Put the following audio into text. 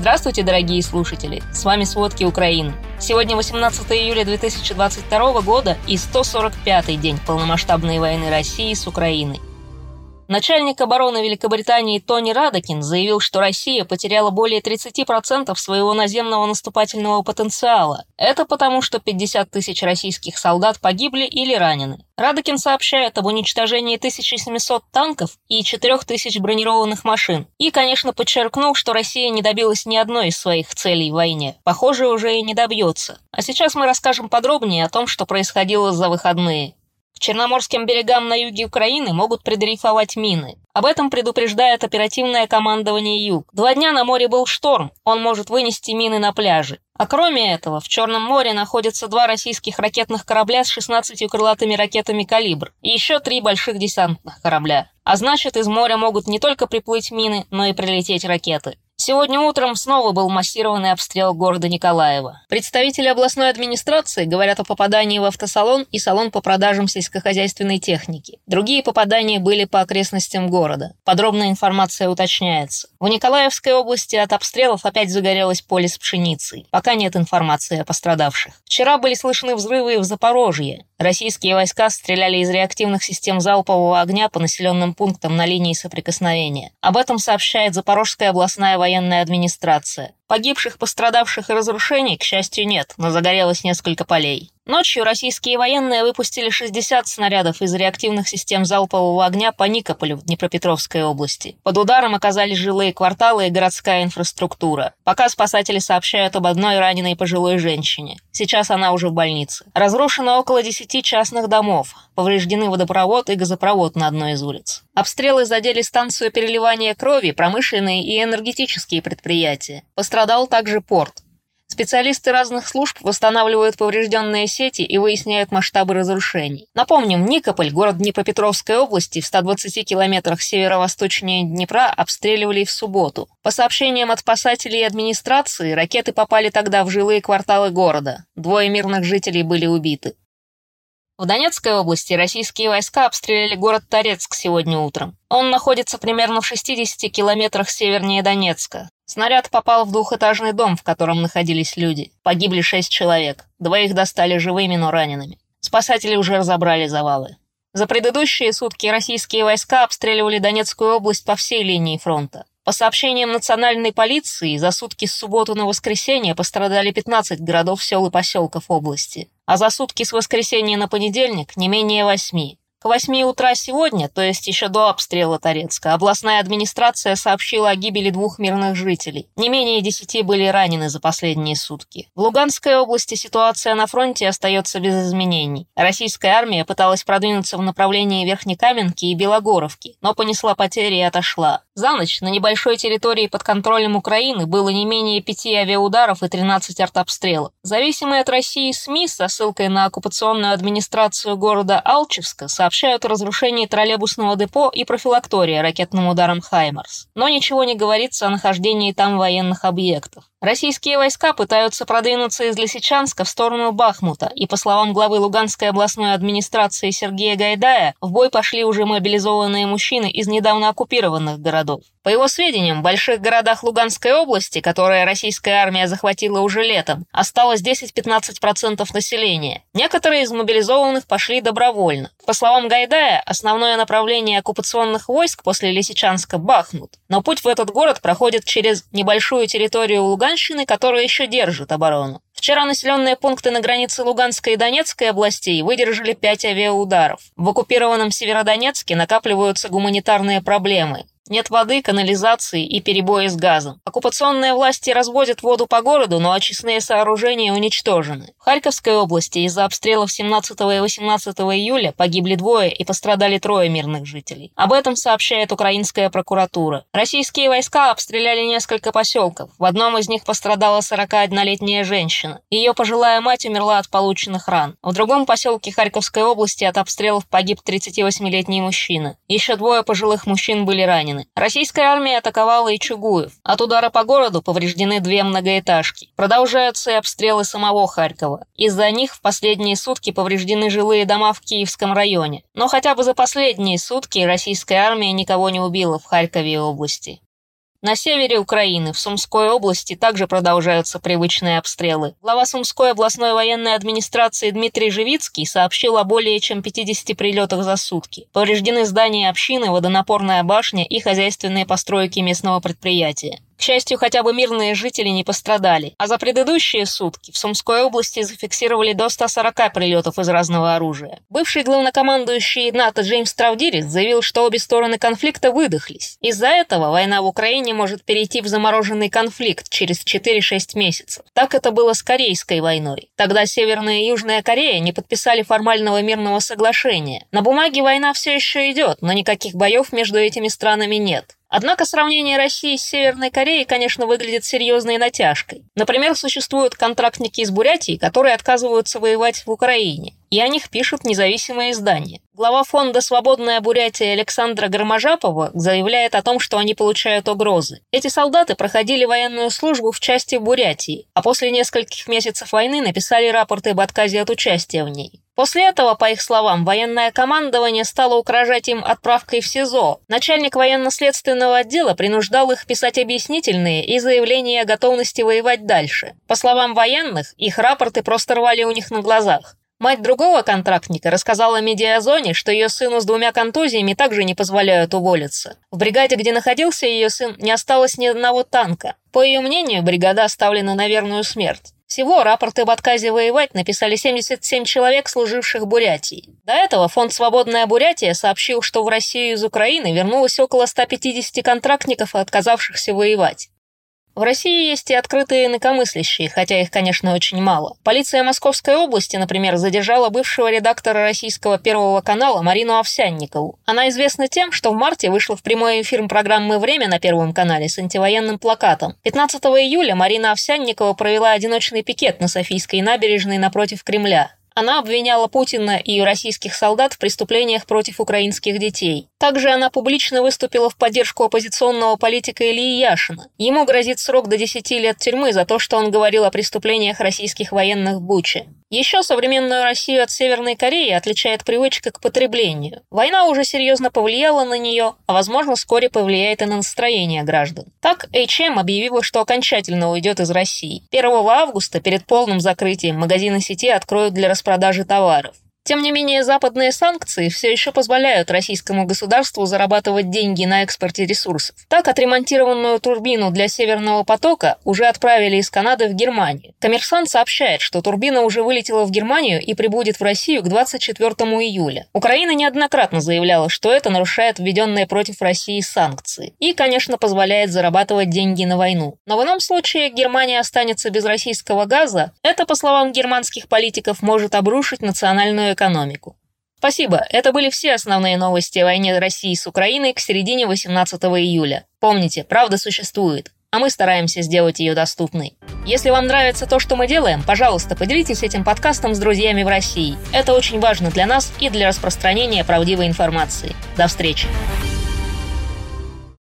Здравствуйте, дорогие слушатели! С вами «Сводки Украины». Сегодня 18 июля 2022 года и 145-й день полномасштабной войны России с Украиной. Начальник обороны Великобритании Тони Радекин заявил, что Россия потеряла более 30% своего наземного наступательного потенциала. Это потому, что 50 тысяч российских солдат погибли или ранены. Радекин сообщает об уничтожении 1700 танков и 4000 бронированных машин. И, конечно, подчеркнул, что Россия не добилась ни одной из своих целей в войне. Похоже, уже и не добьется. А сейчас мы расскажем подробнее о том, что происходило за выходные. К черноморским берегам на юге Украины могут придрейфовать мины. Об этом предупреждает оперативное командование «Юг». 2 дня на море был шторм, он может вынести мины на пляже. А кроме этого, в Черном море находятся 2 российских ракетных корабля с 16 крылатыми ракетами «Калибр» и еще 3 больших десантных корабля. А значит, из моря могут не только приплыть мины, но и прилететь ракеты. Сегодня утром снова был массированный обстрел города Николаева. Представители областной администрации говорят о попадании в автосалон и салон по продажам сельскохозяйственной техники. Другие попадания были по окрестностям города. Подробная информация уточняется. В Николаевской области от обстрелов опять загорелось поле с пшеницей. Пока нет информации о пострадавших. Вчера были слышны взрывы в Запорожье. Российские войска стреляли из реактивных систем залпового огня по населенным пунктам на линии соприкосновения. Об этом сообщает Запорожская областная военная администрация. Погибших, пострадавших и разрушений, к счастью, нет, но загорелось несколько полей. Ночью российские военные выпустили 60 снарядов из реактивных систем залпового огня по Никополю в Днепропетровской области. Под ударом оказались жилые кварталы и городская инфраструктура. Пока спасатели сообщают об одной раненой пожилой женщине. Сейчас она уже в больнице. Разрушено около 10 частных домов. Повреждены водопровод и газопровод на одной из улиц. Обстрелы задели станцию переливания крови, промышленные и энергетические предприятия. Пострадал также порт. Специалисты разных служб восстанавливают поврежденные сети и выясняют масштабы разрушений. Напомним, Никополь, город Днепропетровской области, в 120 километрах северо-восточнее Днепра, обстреливали в субботу. По сообщениям от спасателей и администрации, ракеты попали тогда в жилые кварталы города. 2 мирных жителей были убиты. В Донецкой области российские войска обстреляли город Торецк сегодня утром. Он находится примерно в 60 километрах севернее Донецка. Снаряд попал в 2-этажный дом, в котором находились люди. Погибли 6 человек. 2 достали живыми, но ранеными. Спасатели уже разобрали завалы. За предыдущие сутки российские войска обстреливали Донецкую область по всей линии фронта. По сообщениям национальной полиции, за сутки с субботы на воскресенье пострадали 15 городов, сел и поселков области. А за сутки с воскресенья на понедельник не менее 8. К 8 утра сегодня, то есть еще до обстрела Торецка, областная администрация сообщила о гибели 2 мирных жителей. Не менее 10 были ранены за последние сутки. В Луганской области ситуация на фронте остается без изменений. Российская армия пыталась продвинуться в направлении Верхнекаменки и Белогоровки, но понесла потери и отошла. За ночь на небольшой территории под контролем Украины было не менее 5 авиаударов и 13 артобстрелов. Зависимые от России СМИ со ссылкой на оккупационную администрацию города Алчевска сообщают о разрушении троллейбусного депо и профилактории ракетным ударом «Хаймарс». Но ничего не говорится о нахождении там военных объектов. Российские войска пытаются продвинуться из Лисичанска в сторону Бахмута, и, по словам главы Луганской областной администрации Сергея Гайдая, в бой пошли уже мобилизованные мужчины из недавно оккупированных городов. По его сведениям, в больших городах Луганской области, которые российская армия захватила уже летом, осталось 10-15% населения. Некоторые из мобилизованных пошли добровольно. По словам Гайдая, основное направление оккупационных войск после Лисичанска – Бахмут. Но путь в этот город проходит через небольшую территорию Луганщины, которая еще держит оборону. Вчера населенные пункты на границе Луганской и Донецкой областей выдержали 5 авиаударов. В оккупированном Северодонецке накапливаются гуманитарные проблемы. Нет воды, канализации и перебои с газом. Оккупационные власти разводят воду по городу, но очистные сооружения уничтожены. В Харьковской области из-за обстрелов 17 и 18 июля погибли 2 и пострадали 3 мирных жителей. Об этом сообщает украинская прокуратура. Российские войска обстреляли несколько поселков. В одном из них пострадала 41-летняя женщина. Ее пожилая мать умерла от полученных ран. В другом поселке Харьковской области от обстрелов погиб 38-летний мужчина. Еще 2 пожилых мужчин были ранены. Российская армия атаковала и Чугуев. От удара по городу повреждены 2 многоэтажки. Продолжаются и обстрелы самого Харькова. Из-за них в последние сутки повреждены жилые дома в Киевском районе. Но хотя бы за последние сутки российская армия никого не убила в Харькове и области. На севере Украины, в Сумской области, также продолжаются привычные обстрелы. Глава Сумской областной военной администрации Дмитрий Живицкий сообщил о более чем 50 прилетах за сутки. Повреждены здания общины, водонапорная башня и хозяйственные постройки местного предприятия. К счастью, хотя бы мирные жители не пострадали. А за предыдущие сутки в Сумской области зафиксировали до 140 прилетов из разного оружия. Бывший главнокомандующий НАТО Джеймс Травдирис заявил, что обе стороны конфликта выдохлись. Из-за этого война в Украине может перейти в замороженный конфликт через 4-6 месяцев. Так это было с Корейской войной. Тогда Северная и Южная Корея не подписали формального мирного соглашения. На бумаге война все еще идет, но никаких боев между этими странами нет. Однако сравнение России с Северной Кореей, конечно, выглядит серьезной натяжкой. Например, существуют контрактники из Бурятии, которые отказываются воевать в Украине. И о них пишут независимые издания. Глава фонда «Свободная Бурятия» Александра Громожапова заявляет о том, что они получают угрозы. Эти солдаты проходили военную службу в части в Бурятии, а после нескольких месяцев войны написали рапорты об отказе от участия в ней. После этого, по их словам, военное командование стало угрожать им отправкой в СИЗО. Начальник военно-следственного отдела принуждал их писать объяснительные и заявления о готовности воевать дальше. По словам военных, их рапорты просто рвали у них на глазах. Мать другого контрактника рассказала «Медиазоне», что ее сыну с 2 контузиями также не позволяют уволиться. В бригаде, где находился ее сын, не осталось ни одного танка. По ее мнению, бригада оставлена на верную смерть. Всего рапорты об отказе воевать написали 77 человек, служивших в Бурятии. До этого фонд «Свободная Бурятия» сообщил, что в Россию из Украины вернулось около 150 контрактников, отказавшихся воевать. В России есть и открытые инакомыслящие, хотя их, конечно, очень мало. Полиция Московской области, например, задержала бывшего редактора российского Первого канала Марину Овсянникову. Она известна тем, что в марте вышла в прямой эфир программы «Время» на Первом канале с антивоенным плакатом. 15 июля Марина Овсянникова провела одиночный пикет на Софийской набережной напротив Кремля. Она обвиняла Путина и российских солдат в преступлениях против украинских детей. Также она публично выступила в поддержку оппозиционного политика Ильи Яшина. Ему грозит срок до 10 лет тюрьмы за то, что он говорил о преступлениях российских военных в Буче. Еще современную Россию от Северной Кореи отличает привычка к потреблению. Война уже серьезно повлияла на нее, а возможно вскоре повлияет и на настроение граждан. Так, H&M объявила, что окончательно уйдет из России. 1 августа перед полным закрытием магазины сети откроют для распродажи товаров. Тем не менее, западные санкции все еще позволяют российскому государству зарабатывать деньги на экспорте ресурсов. Так, отремонтированную турбину для Северного потока уже отправили из Канады в Германию. Коммерсант сообщает, что турбина уже вылетела в Германию и прибудет в Россию к 24 июля. Украина неоднократно заявляла, что это нарушает введенные против России санкции и, конечно, позволяет зарабатывать деньги на войну. Но в ином случае Германия останется без российского газа. Это, по словам германских политиков, может обрушить национальную экономику. Спасибо, это были все основные новости о войне России с Украиной к середине 18 июля. Помните, правда существует, а мы стараемся сделать ее доступной. Если вам нравится то, что мы делаем, пожалуйста, поделитесь этим подкастом с друзьями в России. Это очень важно для нас и для распространения правдивой информации. До встречи!